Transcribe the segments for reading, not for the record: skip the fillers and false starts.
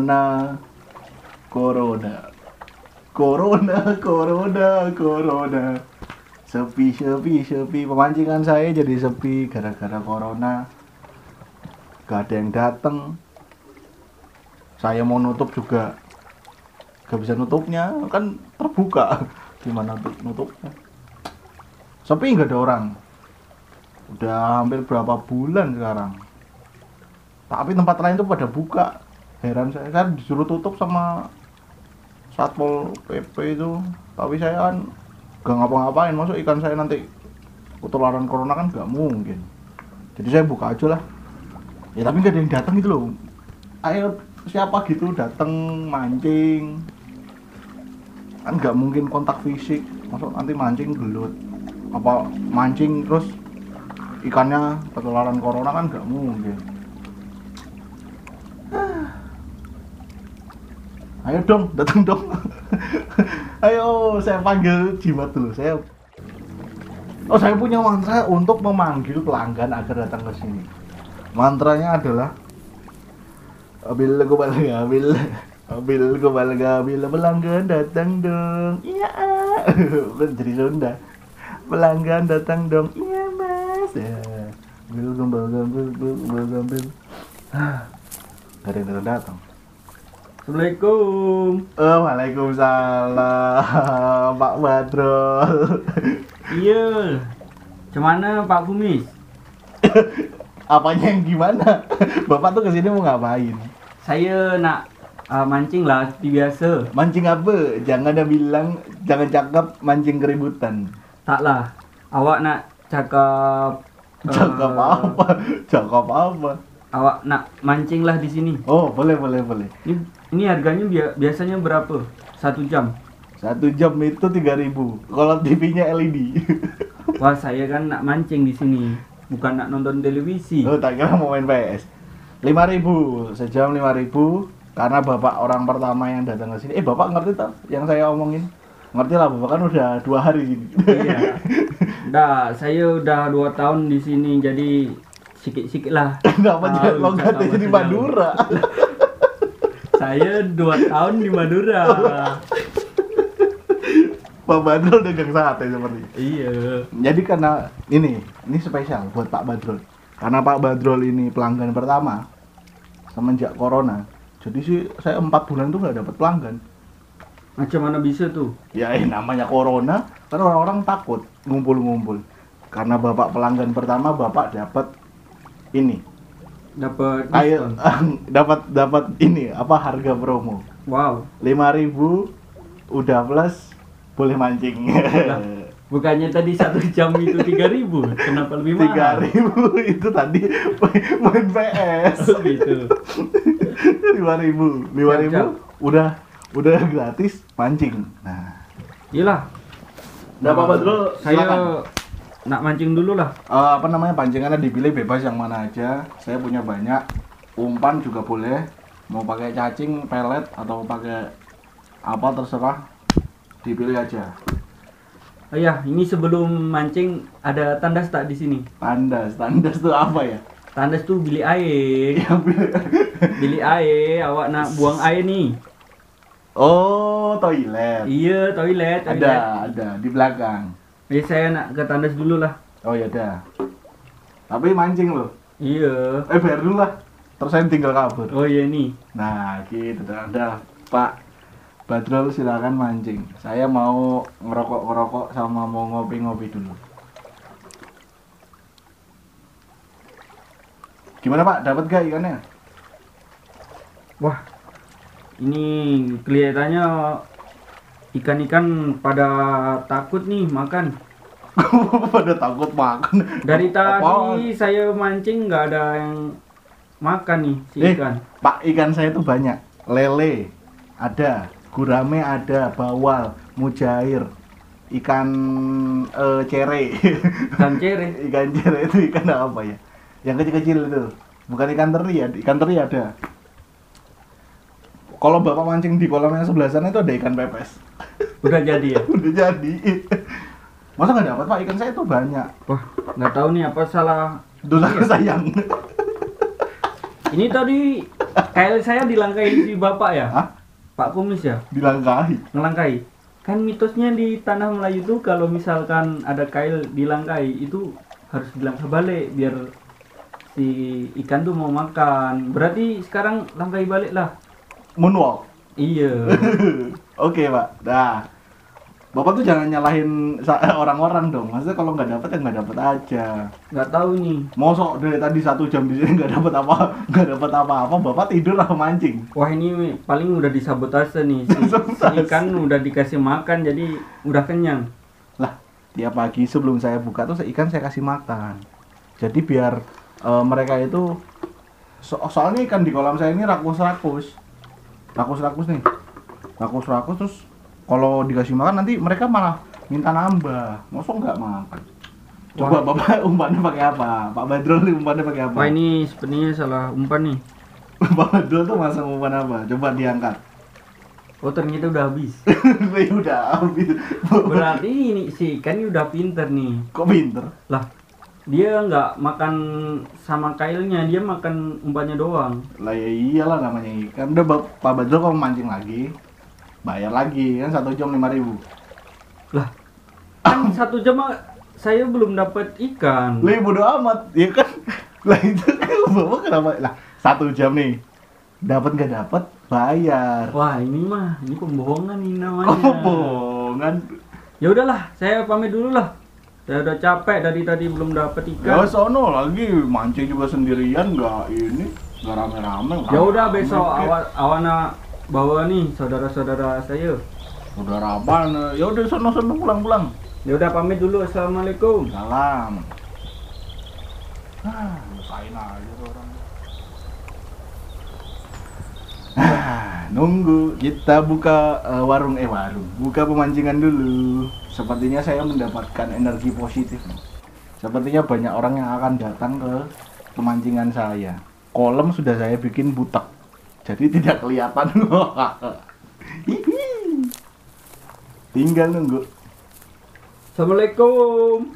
Corona, corona, corona, corona, corona. Sepi, sepi, sepi. Pemancingan saya jadi sepi gara-gara corona. Gak ada yang datang. Saya mau nutup juga gak bisa nutupnya, kan terbuka. Gimana nutupnya? Sepi gak ada orang. Udah hampir berapa bulan sekarang. Tapi tempat lain tuh pada buka. Heran saya disuruh tutup sama Satpol PP itu. Tapi saya kan gak ngapa-ngapain. Masuk ikan saya nanti ketularan corona kan gak mungkin. Jadi saya buka aja lah. Ya tapi gak ada yang datang gitu loh. Ayo siapa gitu datang mancing. Kan gak mungkin kontak fisik. Masuk nanti mancing gelut. Apa mancing terus ikannya ketularan corona kan gak mungkin. Ayo dong, datang dong. Ayo, saya panggil jimat dulu. Saya punya mantra untuk memanggil pelanggan agar datang ke sini. Mantranya adalah Abil pelanggan datang dong. Iya. Kan jadi Sunda. Pelanggan datang dong. Iya, Mas. Ya. Bil. Gak ada yang datang. Assalamualaikum. Waalaikumsalam, Pak Badrol. Iya. Cuman Pak Kumis? Apanya yang gimana? Bapak tuh kesini mau ngapain? Saya nak mancing lah seperti biasa. Mancing apa? Jangan ada bilang, jangan cakap mancing keributan. Taklah. Awak nak cakap Cakap apa? Cakap apa? Awak nak mancing lah di sini. Oh, boleh. Ini harganya biasanya berapa? 1 jam. 1 jam itu 3.000. Kalau TV-nya LED. Wah, saya kan nak mancing di sini, bukan nak nonton televisi. Oh, tak kira mau main PS. 5.000, sejam 5.000. Karena bapak orang pertama yang datang ke sini. Bapak ngerti tak yang saya omongin? Ngerti lah, bapak kan udah 2 hari sini. Iya. Saya udah 2 tahun di sini, jadi sikit-sikit lah. Kenapa jadi logatnya jadi Madura? Saya 2 tahun di Madura. Pak Badrol dagang sate seperti. Iya. Jadi karena ini spesial buat Pak Badrol. Karena Pak Badrol ini pelanggan pertama semenjak corona. Jadi sih saya 4 bulan tuh nggak dapat pelanggan. Macam mana bisa tuh? Ya namanya corona, kan orang-orang takut ngumpul-ngumpul. Karena bapak pelanggan pertama, bapak dapat ini. Dapat Kayak dapat ini apa harga promo. Wow. 5.000 udah plus boleh mancing. Bukannya tadi 1 jam itu 3.000, kenapa lebih mahal? 3.000 itu tadi main PS. Oh, gitu. 5.000 udah gratis mancing. Nah, Iyalah. udah Pak Badrul, Saya silakan. nak mancing dulu lah. Apa namanya, pancingannya dipilih bebas yang mana aja. Saya punya banyak. Umpan juga boleh. Mau pakai cacing, pelet atau pakai apa terserah. Dipilih aja. Oh ya, ini sebelum mancing ada tandas tak di sini? Tandas tuh apa ya? Tandas tuh bilik air. Bilik air, awak nak buang air nih. Oh, toilet. Iya, toilet. Ada di belakang. Jadi saya nak ke tandas dulu lah. Oh ya udah. Tapi mancing loh. Iya. Bayar dulu lah. Terus saya tinggal kabur. Oh iya nih. Nah, gitu dah. Pak Badrul silakan mancing. Saya mau ngerokok sama mau ngopi-ngopi dulu. Gimana Pak? Dapat gak ikannya? Wah, ini kelihatannya ikan-ikan pada takut nih makan. Pada takut makan. Dari tadi Apaan? saya mancing nggak ada yang makan nih si ikan. Pak, ikan saya tuh banyak. Lele ada, gurame ada, bawal, mujair, ikan cere. Ikan cere. Ikan cere itu ikan apa ya? Yang kecil-kecil itu. Bukan ikan teri ya, ikan teri ada. Kalau bapak mancing di kolam yang sebelah sana itu ada ikan pepes. Udah jadi ya? Udah jadi. Masa nggak dapat Pak? Ikan saya tuh banyak. Wah, nggak tahu nih apa salah. Dosa sayang. Ini tadi Kail saya dilangkai si bapak ya? Hah? Pak Kumis ya? Dilangkahi. Ngelangkai. Kan mitosnya di tanah Melayu tuh kalau misalkan ada kail dilangkai itu harus dilangkah balik biar si ikan tuh mau makan. Berarti sekarang langkai balik lah. Moonwalk. Iya. Oke, Pak. Nah, Bapak tuh jangan nyalahin orang-orang dong. Maksudnya kalau nggak dapet ya nggak dapet aja. Nggak tahu nih. Mosok dari tadi 1 jam di sini nggak dapet apa-apa. Bapak tidur lah mancing. Wah ini paling udah disabotase nih. Si ikan udah dikasih makan jadi udah kenyang. Lah, tiap pagi sebelum saya buka tuh ikan saya kasih makan. Jadi biar mereka itu soalnya ikan di kolam saya ini rakus-rakus nih. Rakus-rakus terus kalau dikasih makan nanti mereka malah minta nambah. Masa nggak makan? Coba Wah. Bapak umpannya pakai apa? Pak Badrul nih umpannya pakai apa? Wah ini sepertinya salah umpan nih. Pak Badrul tuh masang umpan apa? Coba diangkat. Oh ternyata udah habis. Ya udah habis. Berarti ini si ikan ini udah pinter nih. Kok pinter? Lah dia nggak makan sama kailnya, dia makan umpannya doang. Lah ya iyalah namanya ikan. Udah Pak Badrul kalau mancing lagi bayar lagi kan 1 jam 5.000. Lah kan 1 jam saya belum dapat ikan. Lah bodo amat, ya kan? Lah itu kan Bapak kenapa? Lah 1 jam nih. Dapat nggak dapat bayar. Wah ini pembohongan ini namanya. Oh, bohongan. Ya udahlah, saya pamit dulu lah. Saya udah capek dari tadi belum dapat Ya ikan. sono lagi mancing juga sendirian nggak rame-rame. Ya udah rame, besok Kek. awana bawa nih saudara-saudara saya. Saudara apaan? Ya udah sono pulang. Ya udah pamit dulu. Assalamualaikum. Salam. Nyusahin aja tuh orang. Nunggu kita buka buka pemancingan dulu. Sepertinya saya mendapatkan energi positif nih. Sepertinya banyak orang yang akan datang ke pemancingan saya. Kolam sudah saya bikin butek, jadi tidak kelihatan. Hihi. Tinggal nunggu. Assalamualaikum.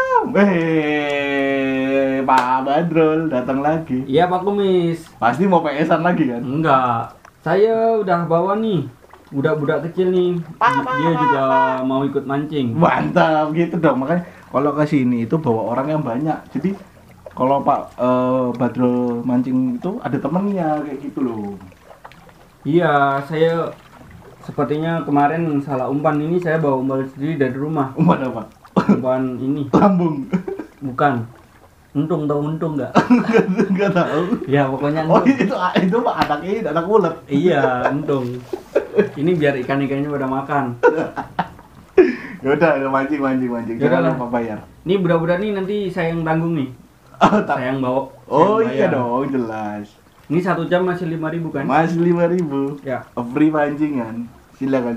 Pak Badrul datang lagi. Iya Pak Kumis. Pasti mau PS-an lagi kan? Enggak. Saya udah bawa nih. Budak-budak kecil nih. Dia juga mau ikut mancing. Mantap gitu dong. Makanya kalau ke sini itu bawa orang yang banyak. Jadi kalau Pak Badrul mancing itu ada temennya kayak gitu loh. Iya, saya sepertinya kemarin salah umpan ini saya bawa umpan sendiri dari rumah. Umpan apa? Umpan ini Lambung. bukan. Untung nggak? Enggak tahu. Ya pokoknya Oh untung. itu Pak anak ulet. Iya, untung. Ini biar ikan-ikannya pada makan. Ya udah mancing. Ya Jangan udahlah. lupa bayar. Ini budak-budak nih nanti saya yang tanggung nih. Saya yang bawa. Oh saya yang iya bayar. dong, jelas. Ini 1 jam masih 5.000 kan? Masih 5.000. Ya. Free pancingan. Silakan.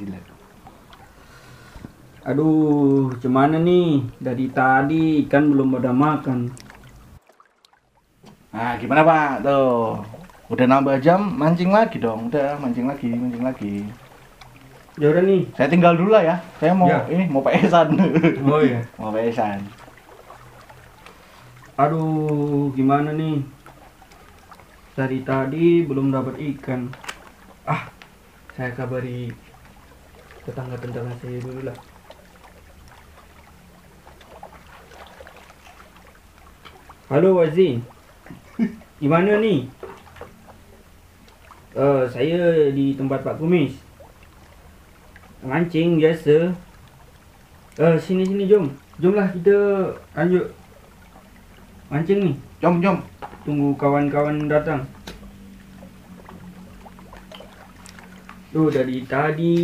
Aduh, gimana nih? Dari tadi ikan belum pada makan. Nah, gimana Pak? Tuh. Udah nambah jam, mancing lagi dong. Udah, mancing lagi. Ya udah nih. Saya tinggal dulu lah ya. Saya mau Ya. mau PS-an. Oh iya. Mau PS-an. Aduh, gimana nih? Dari tadi belum dapat ikan. Saya kabari tetangga-tetangga saya dulu lah. Halo Wazi, gimana nih? Saya di tempat Pak Kumis. Mancing biasa. Sini jomlah kita lanjut mancing nih. Jom. Tunggu kawan-kawan datang. Tuh dari tadi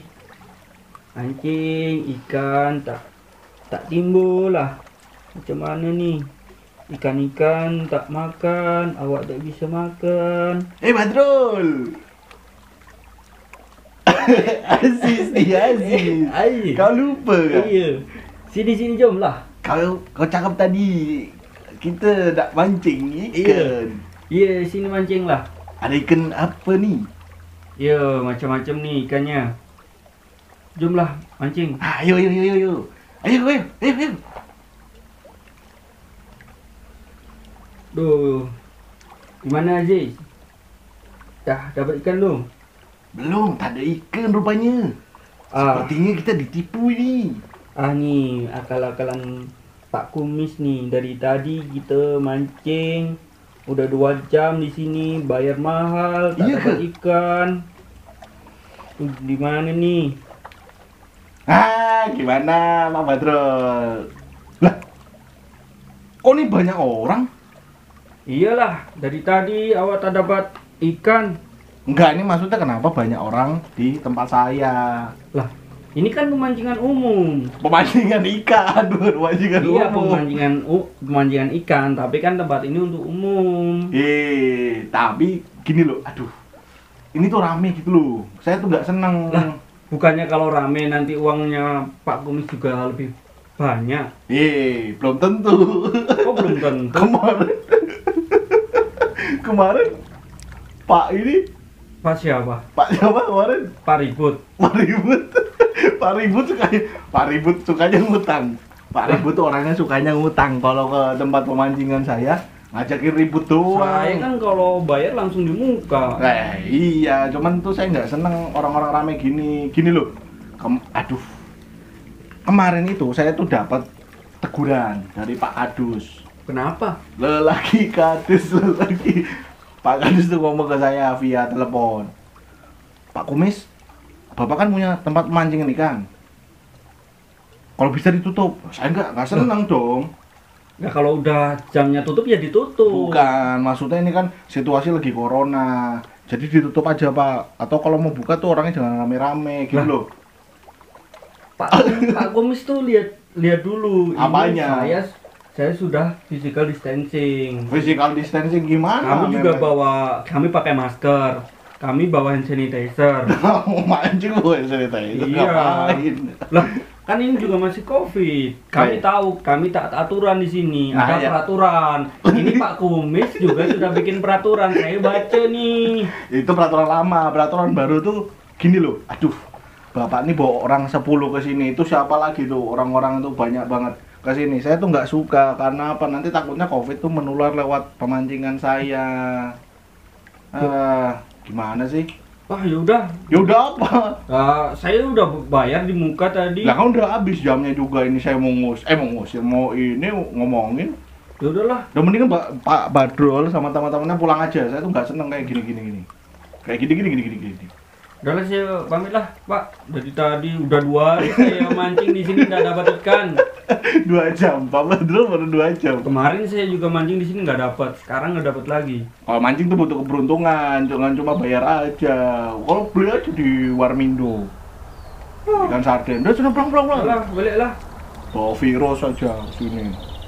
mancing ikan tak timbul lah. Macam mana nih? Ikan-ikan tak makan, awak tak bisa makan. Badrul. Aziz. Ai. Kau lupa kan? Iya. Sini jom lah. Kau cakap tadi kita nak mancing ikan. Iya, sini mancing lah. Ada ikan apa nih? Ya, macam-macam nih ikannya. Jomlah mancing. Ayo. Ayo. Duh. Gimana Aziz? Dah dapat ikan belum? Belum, tak ada ikan rupanya. Sepertinya kita ditipu ini. Nih akal-akalan Pak Kumis nih. Dari tadi kita mancing udah 2 jam di sini, bayar mahal, tak Iya dapat ke? ikan. Di mana nih? Gimana Pak Badrul? Lah, kok ini banyak orang? Iyalah, dari tadi awak tak dapat ikan. Enggak, ini maksudnya kenapa banyak orang di tempat saya? Lah, ini kan pemancingan umum. Pemancingan ikan, pemancingan Iya, umum. pemancingan ikan, tapi kan tempat ini untuk umum. Tapi gini loh, aduh. Ini tuh rame gitu loh. Saya tuh nggak seneng. Lah, bukannya kalau rame nanti uangnya Pak Kumis juga lebih banyak. Belum tentu. Oh, belum tentu. Kemarin Pak ini, Pak siapa? Pak siapa kemarin? Pak Ribut. Pak Ribut. Pak Ribut sukanya ngutang. Pak Ribut tuh orangnya sukanya ngutang. Kalau ke tempat pemancingan saya ngajakin ribut doang. Saya kan kalau bayar langsung di muka. Iya, cuman tuh saya nggak seneng orang-orang rame gini. Gini loh. Aduh. Kemarin itu saya tuh dapat teguran dari Pak Kadus. Kenapa? Lelaki Kadus, lelaki. Pak Kadus tuh ngomong ke saya via telepon. Pak Kumis, Bapak kan punya tempat mancing ikan. Kalau bisa ditutup, saya nggak seneng dong. Nah, kalau udah jamnya tutup ya ditutup. Bukan, maksudnya ini kan situasi lagi corona. Jadi ditutup aja Pak. Atau kalau mau buka tuh orangnya jangan rame-rame gitu Lah. loh. Pak Kumis tuh lihat dulu. Ini Apanya? saya sudah physical distancing. Physical distancing gimana? Kami juga kami pakai masker. Kami bawa hand sanitizer. Mau mancing gue cerita itu Iya. ngapain? Lah, kan ini juga masih Covid. Kami Baik. tahu, kami taat aturan di sini. Nah, Ada iya. peraturan. Ini Pak Kumis juga sudah bikin peraturan. Saya baca nih. Itu peraturan lama, peraturan baru tuh gini loh. Aduh. Bapak ini bawa orang 10 ke sini. Itu siapa lagi tuh? Orang-orang tuh banyak banget ke sini. Saya tuh nggak suka karena apa? Nanti takutnya Covid tuh menular lewat pemancingan saya. Gimana sih? Wah, yaudah. Ya udah apa? Saya udah bayar di muka tadi. Lah kan udah habis jamnya juga ini saya mau mau ini ngomongin. Ya udahlah. Udah mendingan Pak Badrul sama teman-temannya pulang aja. Saya tuh nggak seneng kayak gini. Kayak gini. Udahlah, saya pamit lah, Pak. Dari tadi udah 2 hari saya mancing di sini nggak dapat ikan. 2 jam, Pak Badrul baru 2 jam. Kemarin saya juga mancing di sini nggak dapat. Sekarang nggak dapat lagi. Kalau mancing tuh butuh keberuntungan, jangan cuma bayar aja. Kalau beli aja di Warmindo. Ikan sarden. Udah sudah pulang. Lah, balik lah. Bawa virus aja sini.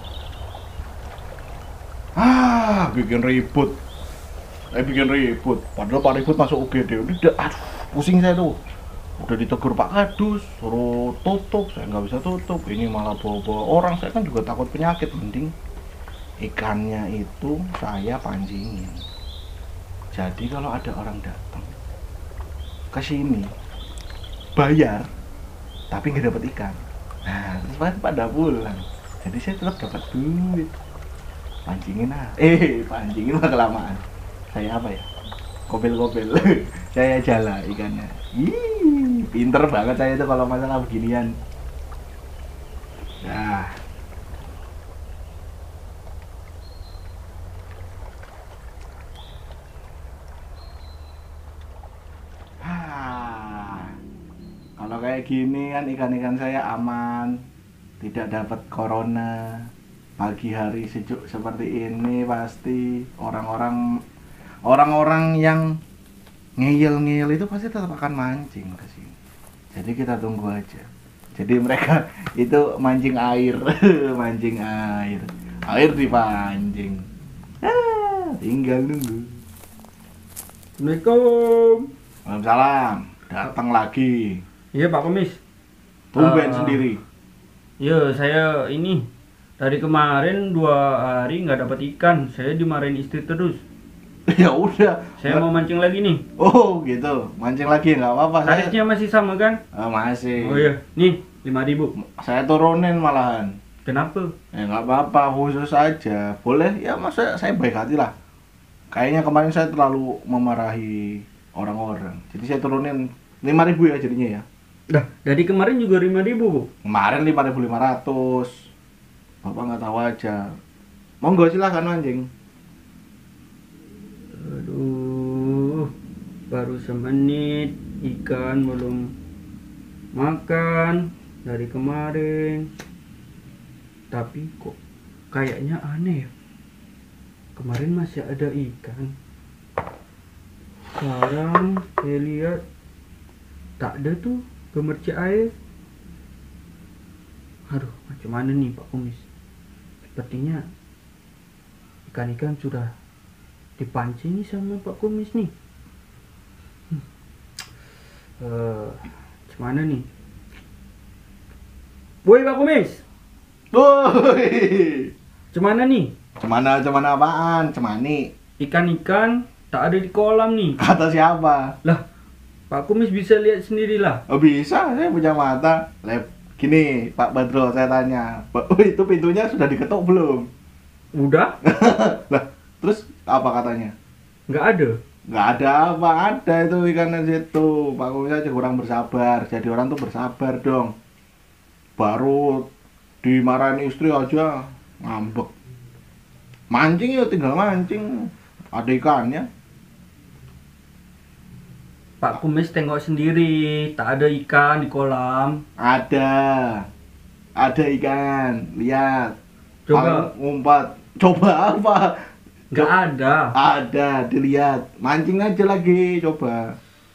Bikin ribut. Padahal Pak Ribut masuk UGD. Udah, aduh, pusing saya tuh. Udah ditegur Pak Kadus, suruh tutup, saya nggak bisa tutup. Ini malah bawa-bawa orang, saya kan juga takut penyakit. Mending ikannya itu saya pancingin. Jadi kalau ada orang datang ke sini, bayar, tapi nggak dapat ikan. Nah, terus pada pulang. Jadi saya tetap dapat duit. Pancingin pancingin mah kelamaan. Saya apa ya? Kopel-kopel. Saya jala ikannya. Pinter banget saya itu kalau masalah beginian. Nah. Kalau kayak gini kan ikan-ikan saya aman, tidak dapat corona. Pagi hari sejuk seperti ini pasti orang-orang yang ngeyel itu pasti tetap akan mancing ke sini. Jadi kita tunggu aja. Jadi mereka itu mancing air, mancing air. Air dipancing. Tinggal nunggu. Assalamualaikum. Waalaikumsalam. Datang lagi. Iya, Pak Kumis. Tumben sendiri. Iya, saya ini dari kemarin 2 hari nggak dapat ikan. Saya dimarahin istri terus. Ya udah. Saya mau mancing lagi nih. Oh gitu, mancing lagi nggak apa-apa. Tarifnya masih sama kan? Masih. Oh iya, nih 5.000. Saya turunin malahan. Kenapa? Ya nggak apa-apa, khusus aja. Boleh ya, masa saya baik hati lah. Kayaknya kemarin saya terlalu memarahi orang-orang. Jadi saya turunin 5.000 ya jadinya ya. Dah, dari kemarin juga 5.000, Bu. Kemarin 5.500. Bapak nggak tahu aja. Monggo silakan anjing. Aduh, baru semenit ikan belum makan dari kemarin. Tapi kok kayaknya aneh ya. Kemarin masih ada ikan. Sekarang saya lihat tak ada tuh gemercik air. Aduh, macam mana nih Pak Kumis? Sepertinya ikan-ikan sudah dipancing nih sama Pak Kumis nih. Macam mana nih? Woi Pak Kumis, Woi. macam mana nih? Cemana apaan? Cemani. Ikan-ikan tak ada di kolam nih. Kata siapa? Lah, Pak Kumis bisa lihat sendirilah. Oh, bisa, saya punya mata. Gini, Pak Badro, saya tanya. Oh, itu pintunya sudah diketuk belum? Udah? Lah, terus apa katanya? Nggak ada. Nggak ada apa, ada itu ikan di situ. Pak Kumis aja kurang bersabar. Jadi orang tuh bersabar dong. Baru dimarahin istri aja ngambek. Mancing ya tinggal mancing. Ada ikannya. Pak Kumis tengok sendiri, tak ada ikan di kolam. Ada ikan. Lihat. Coba. Ngumpat. Coba apa? Nggak ada. Ada, dilihat. Mancing aja lagi, coba.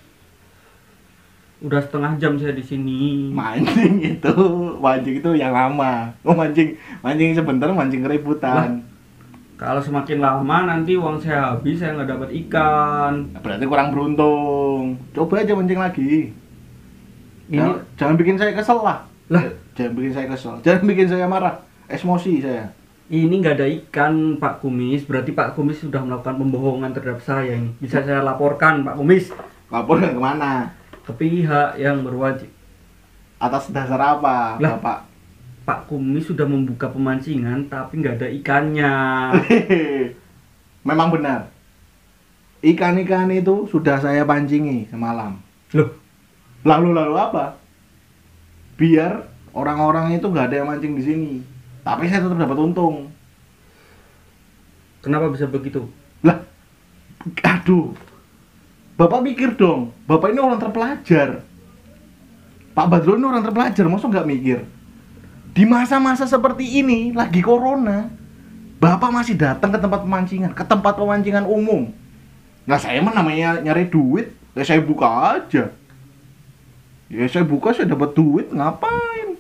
Udah setengah jam saya di sini. Mancing itu yang lama. Oh, mancing sebentar, mancing keributan. Kalau semakin lama nanti uang saya habis, saya nggak dapat ikan. Berarti kurang beruntung. Coba aja mancing lagi. Ini Jangan bikin saya kesel lah. Lah? Jangan bikin saya kesel. Jangan bikin saya marah. Emosi saya. ini nggak ada ikan Pak Kumis. Berarti Pak Kumis sudah melakukan pembohongan terhadap saya ini. Bisa saya laporkan Pak Kumis Laporkan kemana? ke pihak yang berwajib. Atas dasar apa, Lah. Bapak? Pak Kumis sudah membuka pemancingan tapi nggak ada ikannya. Memang benar. Ikan-ikan itu sudah saya pancingi semalam. Loh, Lalu apa? Biar orang-orang itu nggak ada yang mancing di sini. Tapi saya tetap dapat untung. kenapa bisa begitu? Lah, aduh. Bapak mikir dong. Bapak ini orang terpelajar. Pak Badro ini orang terpelajar. Masa nggak mikir? Di masa-masa seperti ini, lagi corona, Bapak masih datang ke tempat pemancingan, ke tempat pemancingan umum. Nah, saya mah namanya nyari duit, ya saya buka aja. Ya saya buka, saya dapat duit, ngapain?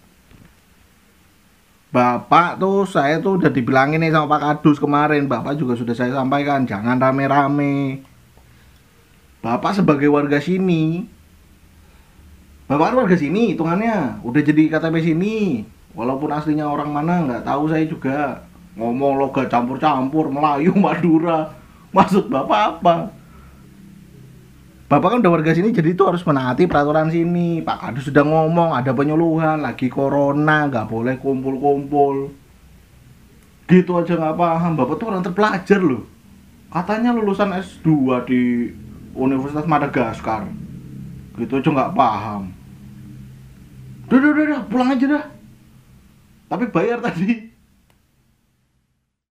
Bapak tuh, saya tuh udah dibilangin nih sama Pak Kadus kemarin. Bapak juga sudah saya sampaikan, jangan rame-rame. Bapak sebagai warga sini, Bapak kan warga sini, hitungannya udah jadi KTP sini. Walaupun aslinya orang mana nggak tahu saya juga. Ngomong logat campur-campur, Melayu, Madura. Maksud Bapak apa? Bapak kan udah warga sini, jadi itu harus menaati peraturan sini. Pak Kadus sudah ngomong, ada penyuluhan, lagi corona, nggak boleh kumpul-kumpul. Gitu aja nggak paham. Bapak tuh orang terpelajar loh. Katanya lulusan S2 di Universitas Madagaskar. Gitu aja nggak paham. Udah, pulang aja dah. Tapi bayar tadi.